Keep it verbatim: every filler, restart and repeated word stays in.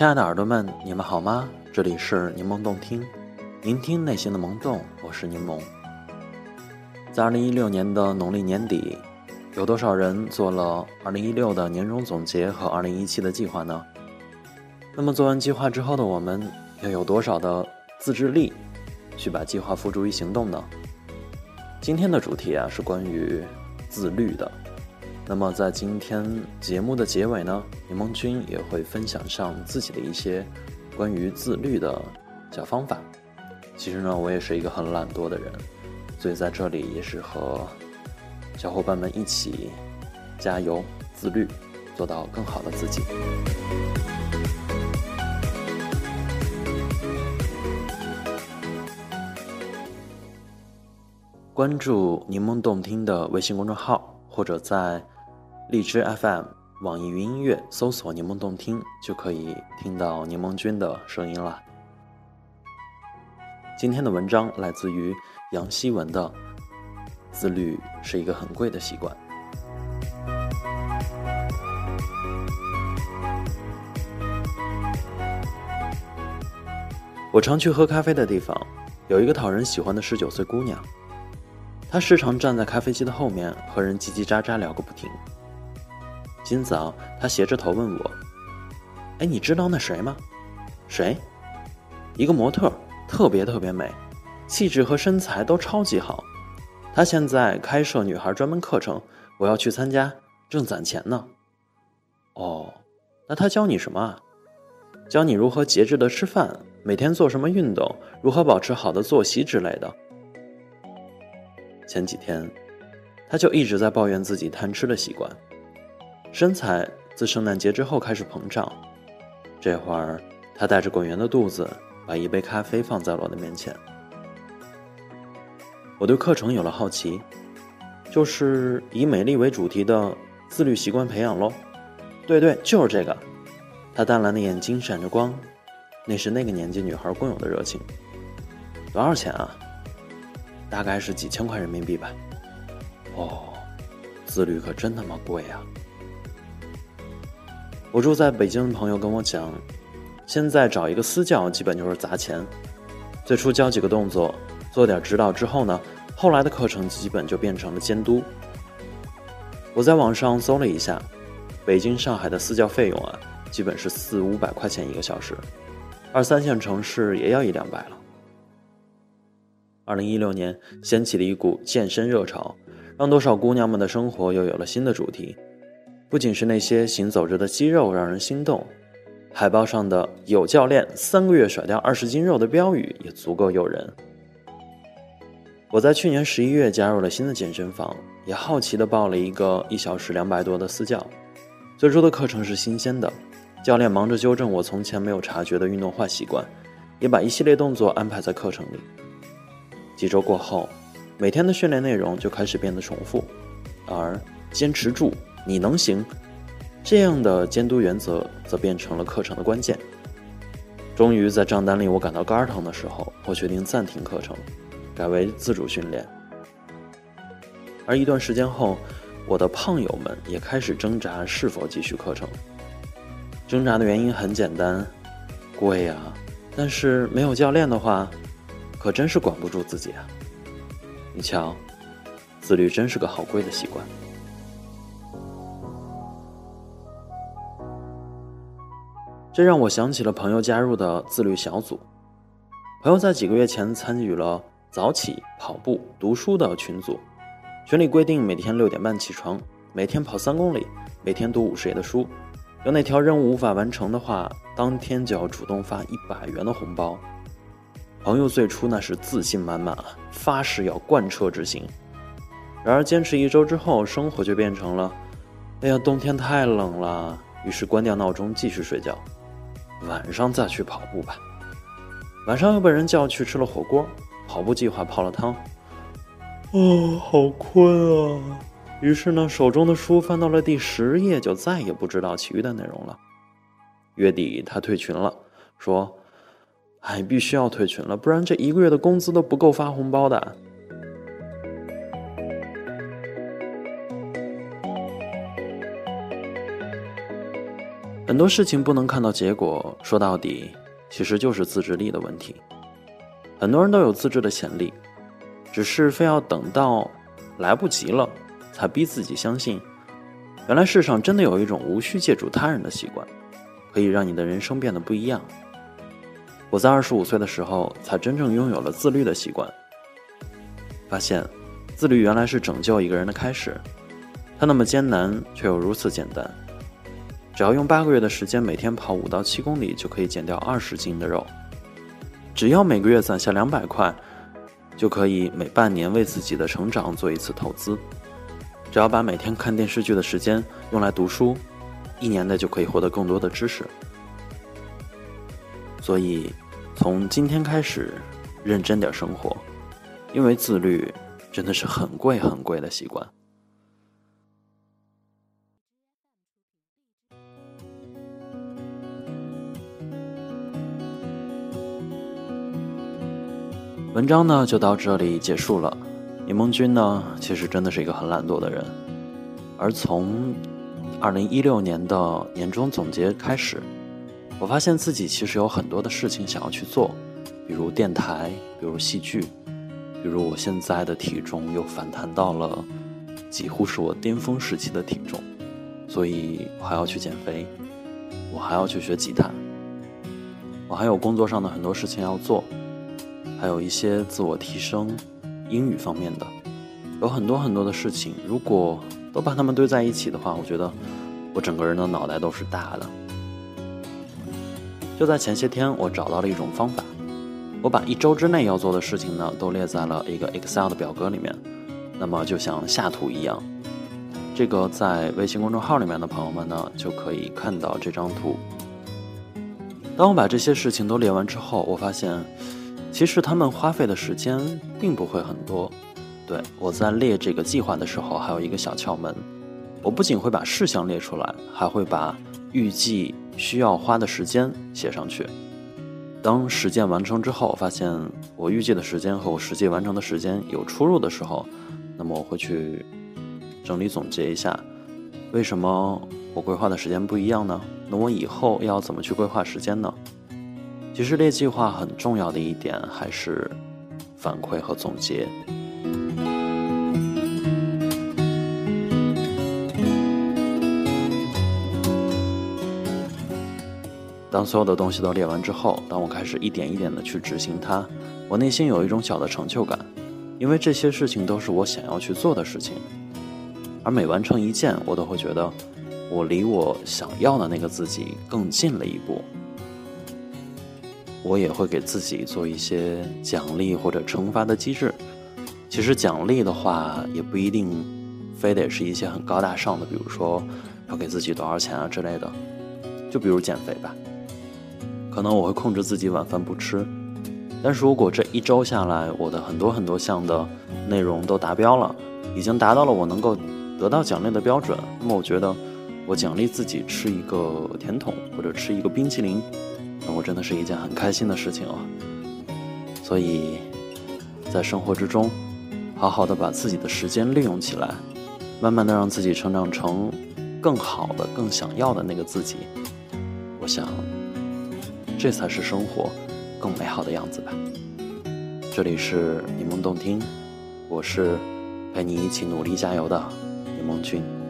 亲爱的耳朵们，你们好吗？这里是柠檬动听，聆听内心的萌动，我是柠檬。在二零一六年的农历年底，有多少人做了二零一六的年终总结和二零一七的计划呢？那么做完计划之后的我们，又有多少的自制力去把计划付诸于行动呢？今天的主题啊是关于自律的。那么在今天节目的结尾呢，柠檬君也会分享上自己的一些关于自律的小方法。其实呢，我也是一个很懒惰的人，所以在这里也是和小伙伴们一起加油自律，做到更好的自己。关注柠檬动听的微信公众号，或者在荔枝 F M、 网易云音乐搜索柠檬动听，就可以听到柠檬君的声音了。今天的文章来自于杨希文的自律是一个很贵的习惯。我常去喝咖啡的地方，有一个讨人喜欢的十九岁姑娘，她时常站在咖啡机的后面和人叽叽喳喳聊个不停。今早她斜着头问我，哎，你知道那谁吗？谁？一个模特，特别特别美，气质和身材都超级好。她现在开设女孩专门课程，我要去参加，正攒钱呢。哦，那她教你什么啊？教你如何节制的吃饭，每天做什么运动，如何保持好的作息之类的。前几天她就一直在抱怨自己贪吃的习惯，身材自圣诞节之后开始膨胀。这会儿她带着滚圆的肚子，把一杯咖啡放在了我的面前。我对课程有了好奇，就是以美丽为主题的自律习惯培养咯。对对，就是这个。她淡蓝的眼睛闪着光，那是那个年纪女孩共有的热情。多少钱啊？大概是几千块人民币吧。哦，自律可真他妈贵啊。我住在北京的朋友跟我讲，现在找一个私教基本就是砸钱。最初教几个动作，做点指导之后呢，后来的课程基本就变成了监督。我在网上搜了一下，北京、上海的私教费用啊，基本是四五百块钱一个小时，二三线城市也要一两百了。二零一六年掀起了一股健身热潮，让多少姑娘们的生活又有了新的主题。不仅是那些行走着的肌肉让人心动，海报上的有教练三个月甩掉二十斤肉的标语也足够诱人。我在去年十一月加入了新的健身房，也好奇地报了一个一小时两百多的私教。最初的课程是新鲜的，教练忙着纠正我从前没有察觉的运动坏习惯，也把一系列动作安排在课程里。几周过后，每天的训练内容就开始变得重复，而坚持住，你能行，这样的监督原则则变成了课程的关键。终于在账单里我感到肝疼的时候，我决定暂停课程，改为自主训练。而一段时间后，我的胖友们也开始挣扎是否继续课程。挣扎的原因很简单，贵啊，但是没有教练的话，可真是管不住自己啊。你瞧，自律真是个好贵的习惯。这让我想起了朋友加入的自律小组。朋友在几个月前参与了早起、跑步、读书的群组，群里规定每天六点半起床，每天跑三公里，每天读五十页的书。有哪条任务无法完成的话，当天就要主动发一百元的红包。朋友最初那是自信满满，发誓要贯彻执行。然而坚持一周之后，生活就变成了，哎呀，冬天太冷了，于是关掉闹钟继续睡觉，晚上再去跑步吧。晚上又被人叫去吃了火锅，跑步计划泡了汤。哦，好困啊。于是呢，手中的书翻到了第十页，就再也不知道其余的内容了。月底他退群了，说哎，必须要退群了，不然这一个月的工资都不够发红包的。很很多事情不能看到结果，说到底其实就是自制力的问题。很多人都有自制的潜力，只是非要等到来不及了才逼自己相信，原来世上真的有一种无需借助他人的习惯，可以让你的人生变得不一样。我在二十五岁的时候才真正拥有了自律的习惯，发现自律原来是拯救一个人的开始，它那么艰难却又如此简单。只要用八个月的时间，每天跑五到七公里，就可以减掉二十斤的肉。只要每个月攒下两百块，就可以每半年为自己的成长做一次投资。只要把每天看电视剧的时间用来读书，一年内就可以获得更多的知识。所以，从今天开始，认真点生活，因为自律真的是很贵很贵的习惯。文章呢就到这里结束了。柠檬君呢其实真的是一个很懒惰的人，而从二零一六年的年终总结开始，我发现自己其实有很多的事情想要去做，比如电台，比如戏剧，比如我现在的体重又反弹到了几乎是我巅峰时期的体重，所以我还要去减肥，我还要去学吉他，我还有工作上的很多事情要做，还有一些自我提升英语方面的，有很多很多的事情，如果都把它们堆在一起的话，我觉得我整个人的脑袋都是大的。就在前些天，我找到了一种方法，我把一周之内要做的事情呢都列在了一个 Excel 的表格里面，那么就像下图一样，这个在微信公众号里面的朋友们呢就可以看到这张图。当我把这些事情都列完之后，我发现其实他们花费的时间并不会很多。对，我在列这个计划的时候还有一个小窍门，我不仅会把事项列出来，还会把预计需要花的时间写上去。当实践完成之后，我发现我预计的时间和我实际完成的时间有出入的时候，那么我会去整理总结一下，为什么我规划的时间不一样呢？那我以后要怎么去规划时间呢？其实列计划很重要的一点还是反馈和总结。当所有的东西都列完之后，当我开始一点一点的去执行它，我内心有一种小的成就感，因为这些事情都是我想要去做的事情，而每完成一件，我都会觉得我离我想要的那个自己更近了一步。我也会给自己做一些奖励或者惩罚的机制。其实奖励的话也不一定非得是一些很高大上的，比如说要给自己多少钱啊之类的，就比如减肥吧，可能我会控制自己晚饭不吃，但是如果这一周下来我的很多很多项的内容都达标了，已经达到了我能够得到奖励的标准，那么我觉得我奖励自己吃一个甜筒或者吃一个冰淇淋，那我真的是一件很开心的事情哦。所以在生活之中好好的把自己的时间利用起来，慢慢的让自己成长成更好的更想要的那个自己，我想这才是生活更美好的样子吧。这里是柠檬动听，我是陪你一起努力加油的柠檬君。